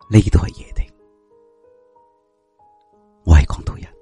呢度係夜聽，我係廣東人。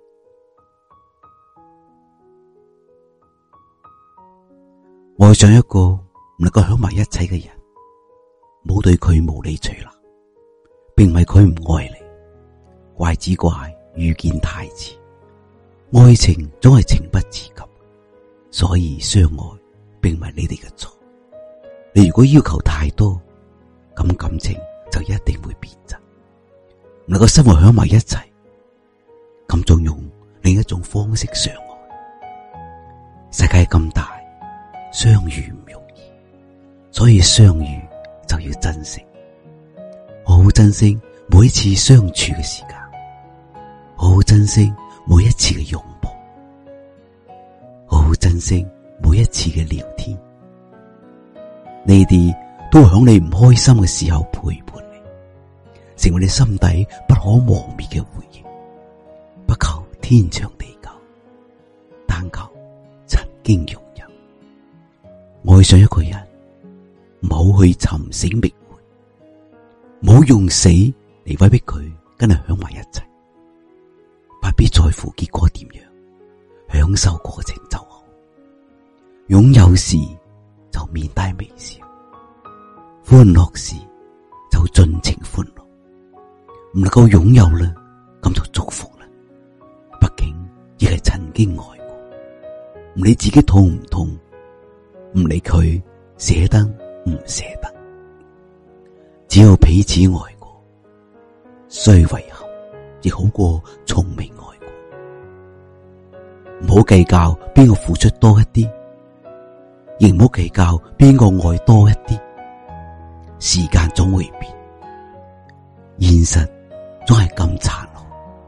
愛上一個唔能夠響埋一齊嘅人，冇對佢無理取鬧，並唔係佢唔愛你，怪只怪遇見太遲。愛情總係情不自禁，所以相愛並唔係你哋嘅錯。你如果要求太多，咁感情就一定會變質，唔能夠生活響埋一齊，咁仲用另一種方式相愛。世界咁大，相遇唔容易，所以相遇就要珍惜，好好珍惜每一次相處嘅時間，好好珍惜每一次嘅擁抱，好好珍惜每一次嘅聊天。呢啲都會響你唔開心嘅時候陪伴你，成為你心底不可磨滅嘅回憶。不求天長地久，但求曾經擁有。愛上一個人，唔好去尋死覓活，唔好用死嚟威逼佢跟你響埋一齊。不必在乎結果點樣，享受過程就好。擁有時就面帶微笑，歡樂時就盡情歡樂。唔能夠擁有啦，咁就祝福啦。畢竟亦係曾經愛過，唔理自己痛唔痛，唔理佢捨得唔捨得，只要彼此愛過，雖遺憾亦好過從未愛過。唔好計較邊個付出多一啲，亦唔好計較邊個愛多一啲。時間總會變，現實總係咁殘酷，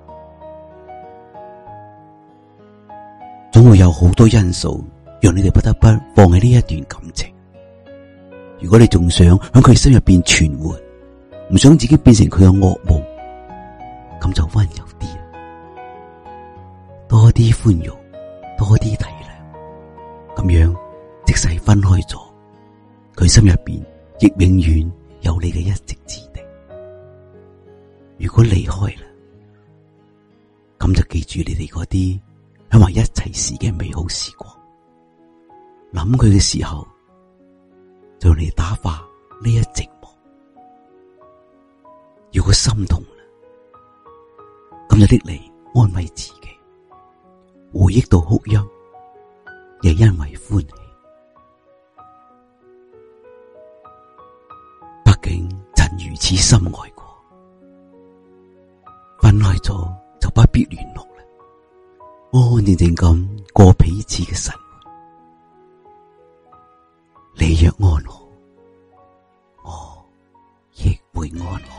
總會有好多因素讓你哋不得不放棄呢一段感情。如果你仲想喺佢心入邊存活，唔想自己變成佢嘅噩夢，咁就溫柔啲啦，多啲寬容，多啲體諒，咁樣即使分開咗，佢心入邊亦永遠有你嘅一席之地。如果離開啦，咁就記住你哋嗰啲喺埋一齊時嘅美好時光。諗佢嘅時候，就用嚟打發呢一寂寞。如果心痛啦，咁就拎嚟安慰自己。回憶到哭泣，亦因為歡喜。畢竟曾如此深愛過，分開咗就不必聯絡啦，安安靜靜咁過彼此嘅生活。你若安好，我亦會安好。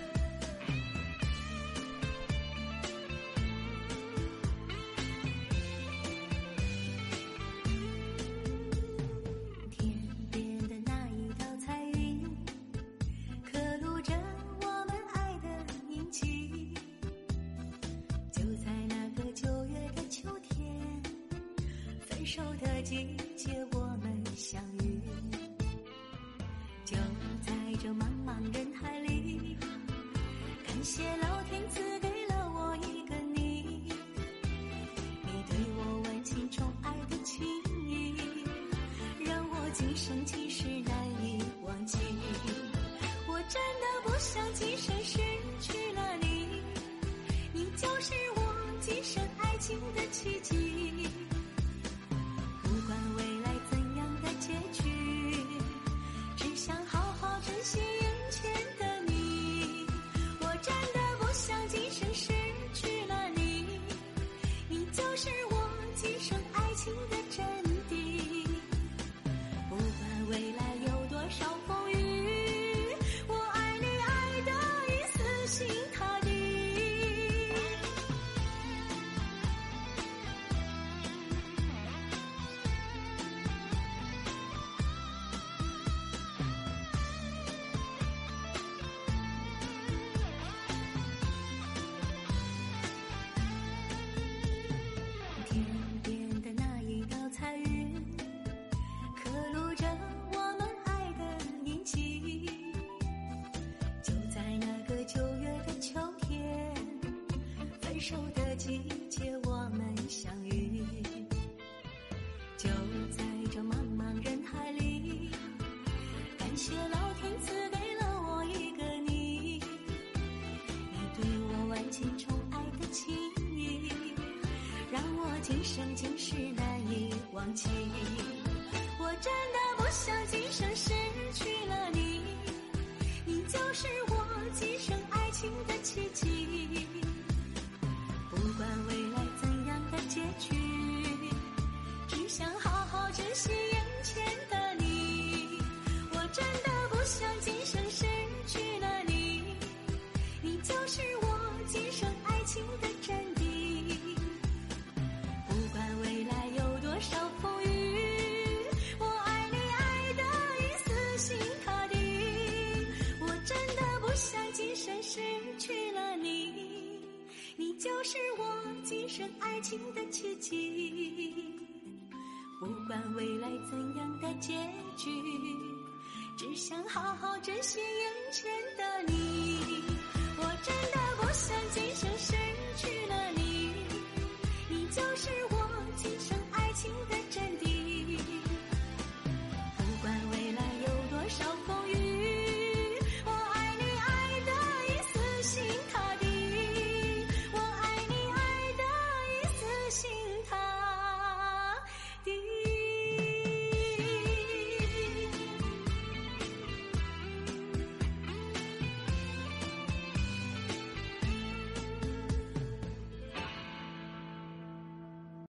手的季节我们相遇，就在这茫茫人海里，感谢老天赐给了我一个你，你对我温情宠爱的情谊，让我今生今世难以忘记。我真的不想今生失去了你，你就是我今生爱情的奇迹。不管未来怎样的结局，只想好好珍惜眼前的你。我真的不想今生失去了你，你就是我今生爱情的真谛。不管未来有多少风雨，我爱你爱得一丝心塌地。 手的季节，我们相遇，就在这茫茫人海里，感谢老天赐给了我一个你，你对我万千宠爱的情谊，让我今生今世难以忘记。我真的不想今生失去了你，你就是我今生爱情的奇迹。不管未来怎样的结局，只想好好珍惜眼前的你。我真的不想今生失去了你，你就是我今生爱情的真谛。不管未来有多少风雨，我爱你爱得一丝心塌地。我真的不想今生失去了你，你就是我今生爱情的奇迹。不管未来怎样的结局，只想好好珍惜眼前的你。我真的